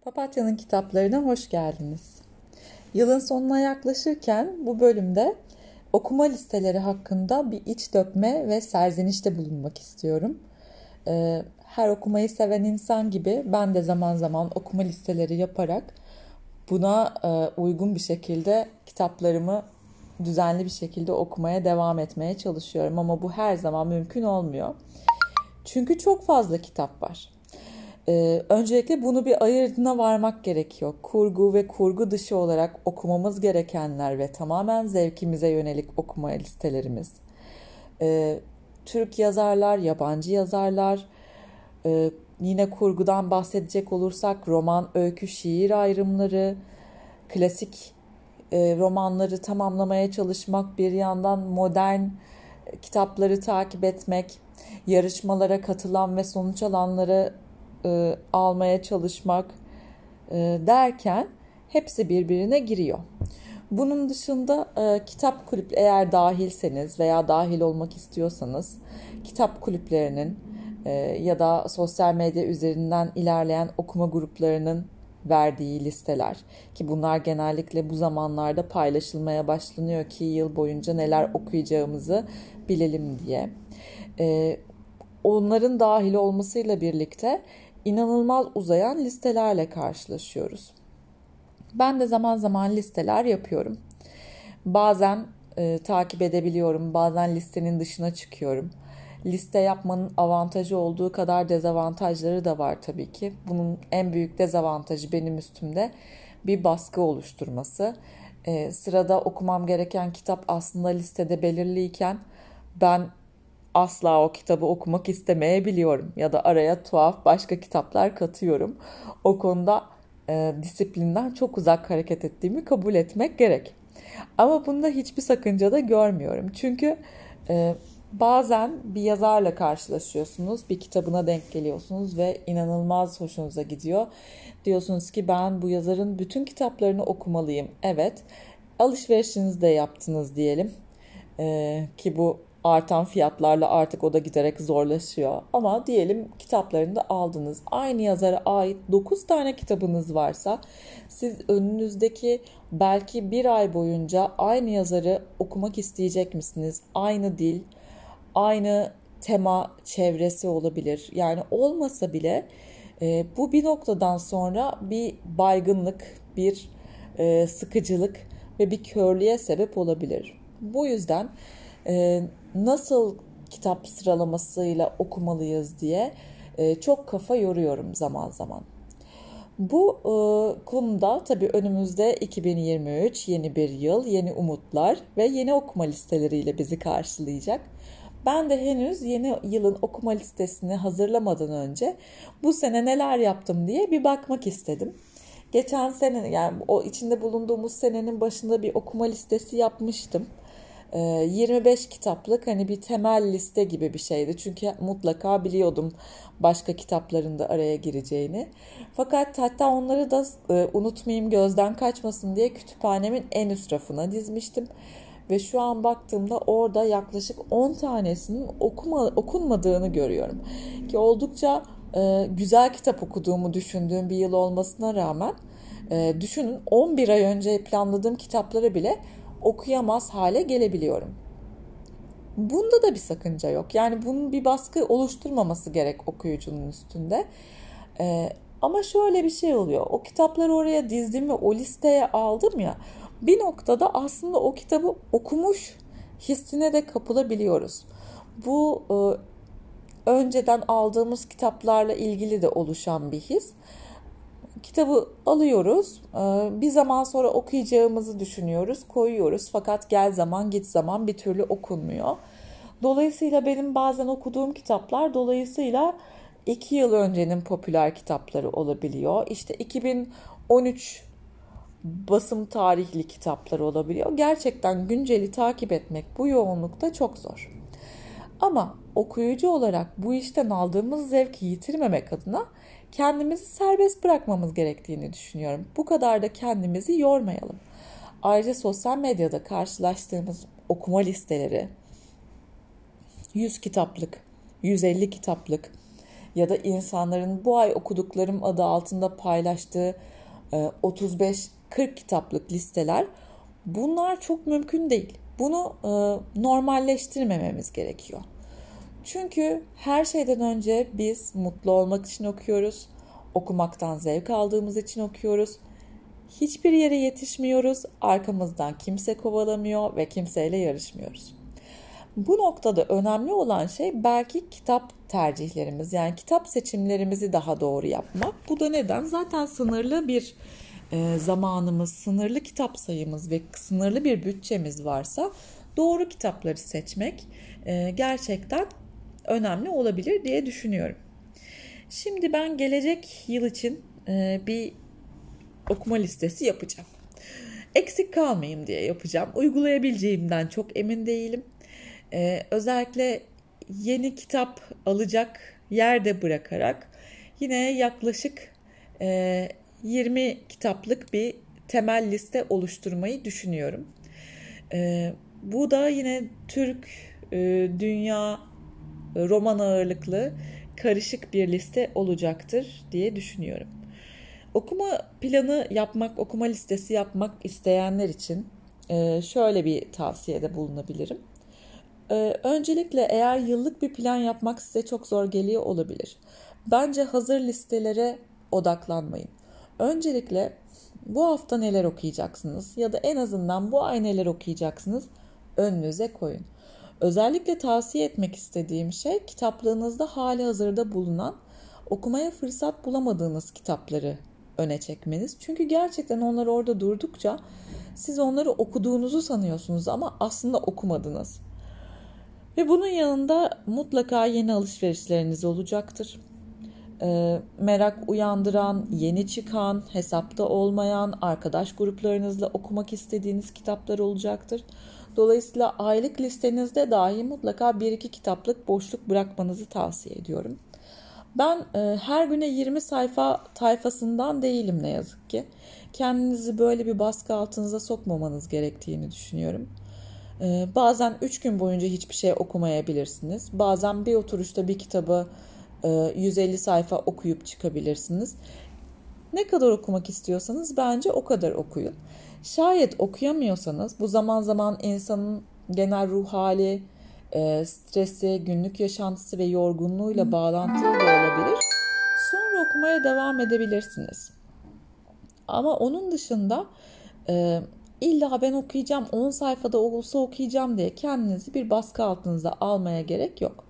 Papatya'nın kitaplarına hoş geldiniz. Yılın sonuna yaklaşırken bu bölümde okuma listeleri hakkında bir iç dökme ve serzenişte bulunmak istiyorum. Her okumayı seven insan gibi ben de zaman zaman okuma listeleri yaparak buna uygun bir şekilde kitaplarımı düzenli bir şekilde okumaya devam etmeye çalışıyorum. Ama bu her zaman mümkün olmuyor. Çünkü çok fazla kitap var. Öncelikle bunu bir ayırdına varmak gerekiyor. Kurgu ve kurgu dışı olarak okumamız gerekenler ve tamamen zevkimize yönelik okuma listelerimiz. Türk yazarlar, yabancı yazarlar, yine kurgudan bahsedecek olursak roman, öykü, şiir ayrımları, klasik romanları tamamlamaya çalışmak, bir yandan modern kitapları takip etmek, yarışmalara katılan ve sonuç alanları almaya çalışmak derken hepsi birbirine giriyor. Bunun dışında kitap kulüp eğer dahilseniz veya dahil olmak istiyorsanız kitap kulüplerinin ya da sosyal medya üzerinden ilerleyen okuma gruplarının verdiği listeler ki bunlar genellikle bu zamanlarda paylaşılmaya başlanıyor ki yıl boyunca neler okuyacağımızı bilelim diye. Onların dahil olmasıyla birlikte inanılmaz uzayan listelerle karşılaşıyoruz. Ben de zaman zaman listeler yapıyorum. Bazen takip edebiliyorum, bazen listenin dışına çıkıyorum. Liste yapmanın avantajı olduğu kadar dezavantajları da var tabii ki. Bunun en büyük dezavantajı benim üstümde bir baskı oluşturması. Sırada okumam gereken kitap aslında listede belirliyken ben asla o kitabı okumak istemeyebiliyorum ya da araya tuhaf başka kitaplar katıyorum. O konuda disiplinden çok uzak hareket ettiğimi kabul etmek gerek. Ama bunda hiçbir sakınca da görmüyorum. Çünkü bazen bir yazarla karşılaşıyorsunuz, bir kitabına denk geliyorsunuz ve inanılmaz hoşunuza gidiyor. Diyorsunuz ki ben bu yazarın bütün kitaplarını okumalıyım. Evet, alışverişinizi de yaptınız diyelim ki bu artan fiyatlarla artık o da giderek zorlaşıyor. Ama diyelim kitaplarını da aldınız. Aynı yazara ait 9 tane kitabınız varsa siz önünüzdeki belki bir ay boyunca aynı yazarı okumak isteyecek misiniz? Aynı dil, aynı tema çevresi olabilir. Yani olmasa bile bu bir noktadan sonra bir baygınlık, bir sıkıcılık ve bir körlüğe sebep olabilir. Bu yüzden nasıl kitap sıralamasıyla okumalıyız diye çok kafa yoruyorum zaman zaman. Bu konuda tabii önümüzde 2023 yeni bir yıl, yeni umutlar ve yeni okuma listeleriyle bizi karşılayacak. Ben de henüz yeni yılın okuma listesini hazırlamadan önce bu sene neler yaptım diye bir bakmak istedim. Geçen sene yani o içinde bulunduğumuz senenin başında bir okuma listesi yapmıştım. 25 kitaplık hani bir temel liste gibi bir şeydi. Çünkü mutlaka biliyordum başka kitapların da araya gireceğini. Fakat hatta onları da unutmayayım gözden kaçmasın diye kütüphanemin en üst rafına dizmiştim. Ve şu an baktığımda orada yaklaşık 10 tanesinin okunmadığını görüyorum. Ki oldukça güzel kitap okuduğumu düşündüğüm bir yıl olmasına rağmen düşünün 11 ay önce planladığım kitapları bile okuyamaz hale gelebiliyorum. Bunda da bir sakınca yok. Yani bunun bir baskı oluşturmaması gerek okuyucunun üstünde. Ama şöyle bir şey oluyor. O kitapları oraya dizdim ve o listeye aldım ya. Bir noktada aslında o kitabı okumuş hissine de kapılabiliyoruz. Bu önceden aldığımız kitaplarla ilgili de oluşan bir his. Kitabı alıyoruz, bir zaman sonra okuyacağımızı düşünüyoruz, koyuyoruz. Fakat gel zaman git zaman bir türlü okunmuyor. Dolayısıyla benim bazen okuduğum kitaplar dolayısıyla 2 yıl öncenin popüler kitapları olabiliyor. İşte 2013 basım tarihli kitaplar olabiliyor. Gerçekten günceli takip etmek bu yoğunlukta çok zor. Ama okuyucu olarak bu işten aldığımız zevki yitirmemek adına kendimizi serbest bırakmamız gerektiğini düşünüyorum. Bu kadar da kendimizi yormayalım. Ayrıca sosyal medyada karşılaştığımız okuma listeleri 100 kitaplık, 150 kitaplık ya da insanların bu ay okuduklarım adı altında paylaştığı 35-40 kitaplık listeler, bunlar çok mümkün değil. Bunu normalleştirmememiz gerekiyor. Çünkü her şeyden önce biz mutlu olmak için okuyoruz. Okumaktan zevk aldığımız için okuyoruz. Hiçbir yere yetişmiyoruz. Arkamızdan kimse kovalamıyor ve kimseyle yarışmıyoruz. Bu noktada önemli olan şey belki kitap tercihlerimiz, yani kitap seçimlerimizi daha doğru yapmak. Bu da neden? Zaten sınırlı bir zamanımız, sınırlı kitap sayımız ve sınırlı bir bütçemiz varsa doğru kitapları seçmek gerçekten önemli olabilir diye düşünüyorum. Şimdi ben gelecek yıl için bir okuma listesi yapacağım. Eksik kalmayayım diye yapacağım. Uygulayabileceğimden çok emin değilim. Özellikle yeni kitap alacak yerde bırakarak yine yaklaşık 20 kitaplık bir temel liste oluşturmayı düşünüyorum. Bu da yine Türk, dünya, roman ağırlıklı karışık bir liste olacaktır diye düşünüyorum. Okuma planı yapmak, okuma listesi yapmak isteyenler için şöyle bir tavsiyede bulunabilirim. Öncelikle eğer yıllık bir plan yapmak size çok zor geliyor olabilir. Bence hazır listelere odaklanmayın. Öncelikle bu hafta neler okuyacaksınız ya da en azından bu ay neler okuyacaksınız önünüze koyun. Özellikle tavsiye etmek istediğim şey kitaplığınızda hali hazırda bulunan, okumaya fırsat bulamadığınız kitapları öne çekmeniz. Çünkü gerçekten onlar orada durdukça siz onları okuduğunuzu sanıyorsunuz ama aslında okumadınız. Ve bunun yanında mutlaka yeni alışverişleriniz olacaktır. Merak uyandıran, yeni çıkan, hesapta olmayan, arkadaş gruplarınızla okumak istediğiniz kitaplar olacaktır. Dolayısıyla aylık listenizde dahi mutlaka 1-2 kitaplık boşluk bırakmanızı tavsiye ediyorum. Ben her güne 20 sayfa tayfasından değilim ne yazık ki. Kendinizi böyle bir baskı altınıza sokmamanız gerektiğini düşünüyorum. Bazen 3 gün boyunca hiçbir şey okumayabilirsiniz. Bazen bir oturuşta bir kitabı 150 sayfa okuyup çıkabilirsiniz. Ne kadar okumak istiyorsanız bence o kadar okuyun. Şayet okuyamıyorsanız, bu zaman zaman insanın genel ruh hali, stresi, günlük yaşantısı ve yorgunluğuyla bağlantılı da olabilir. Sonra okumaya devam edebilirsiniz. Ama onun dışında illa ben okuyacağım, 10 sayfada olsa okuyacağım diye kendinizi bir baskı altınıza almaya gerek yok.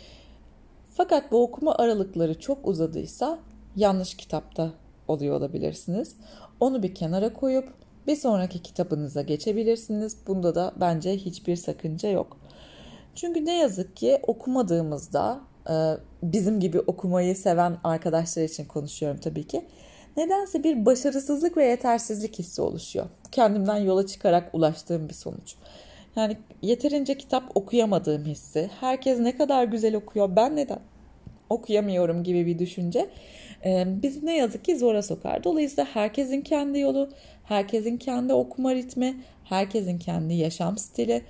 Fakat bu okuma aralıkları çok uzadıysa yanlış kitapta oluyor olabilirsiniz. Onu bir kenara koyup bir sonraki kitabınıza geçebilirsiniz. Bunda da bence hiçbir sakınca yok. Çünkü ne yazık ki okumadığımızda, bizim gibi okumayı seven arkadaşlar için konuşuyorum tabii ki, nedense bir başarısızlık ve yetersizlik hissi oluşuyor. Kendimden yola çıkarak ulaştığım bir sonuç. Yani yeterince kitap okuyamadığım hissi, herkes ne kadar güzel okuyor, ben neden okuyamıyorum gibi bir düşünce bizi ne yazık ki zora sokar. Dolayısıyla herkesin kendi yolu, herkesin kendi okuma ritmi, herkesin kendi yaşam stili,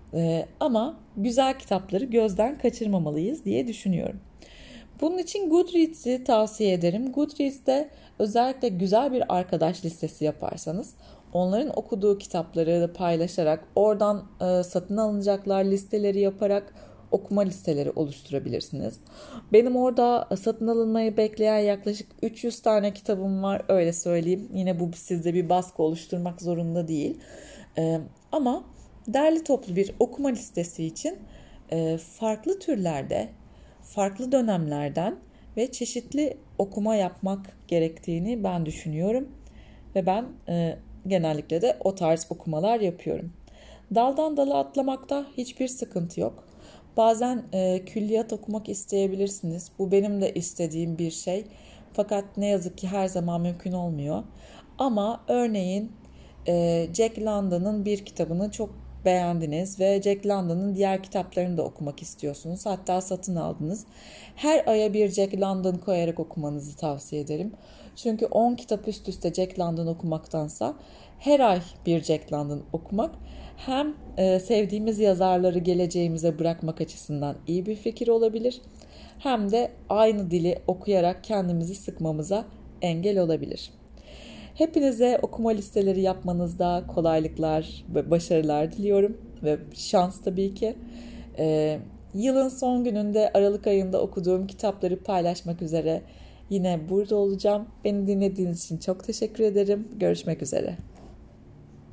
ama güzel kitapları gözden kaçırmamalıyız diye düşünüyorum. Bunun için Goodreads'i tavsiye ederim. Goodreads'te özellikle güzel bir arkadaş listesi yaparsanız, onların okuduğu kitapları paylaşarak, oradan satın alınacaklar listeleri yaparak okuma listeleri oluşturabilirsiniz. Benim orada satın alınmayı bekleyen yaklaşık 300 tane kitabım var, öyle söyleyeyim. Yine bu sizde bir baskı oluşturmak zorunda değil. Ama derli toplu bir okuma listesi için farklı türlerde, farklı dönemlerden ve çeşitli okuma yapmak gerektiğini ben düşünüyorum. Ve ben genellikle de o tarz okumalar yapıyorum. Daldan dala atlamakta hiçbir sıkıntı yok. Bazen külliyat okumak isteyebilirsiniz. Bu benim de istediğim bir şey. Fakat ne yazık ki her zaman mümkün olmuyor. Ama örneğin Jack London'ın bir kitabını çok beğendiniz ve Jack London'ın diğer kitaplarını da okumak istiyorsunuz. Hatta satın aldınız. Her aya bir Jack London koyarak okumanızı tavsiye ederim. Çünkü 10 kitap üst üste Jack London okumaktansa her ay bir Jack London okumak hem sevdiğimiz yazarları geleceğimize bırakmak açısından iyi bir fikir olabilir, hem de aynı dili okuyarak kendimizi sıkmamıza engel olabilir. Hepinize okuma listeleri yapmanızda kolaylıklar ve başarılar diliyorum ve şans tabii ki. Yılın son gününde Aralık ayında okuduğum kitapları paylaşmak üzere yine burada olacağım. Beni dinlediğiniz için çok teşekkür ederim. Görüşmek üzere.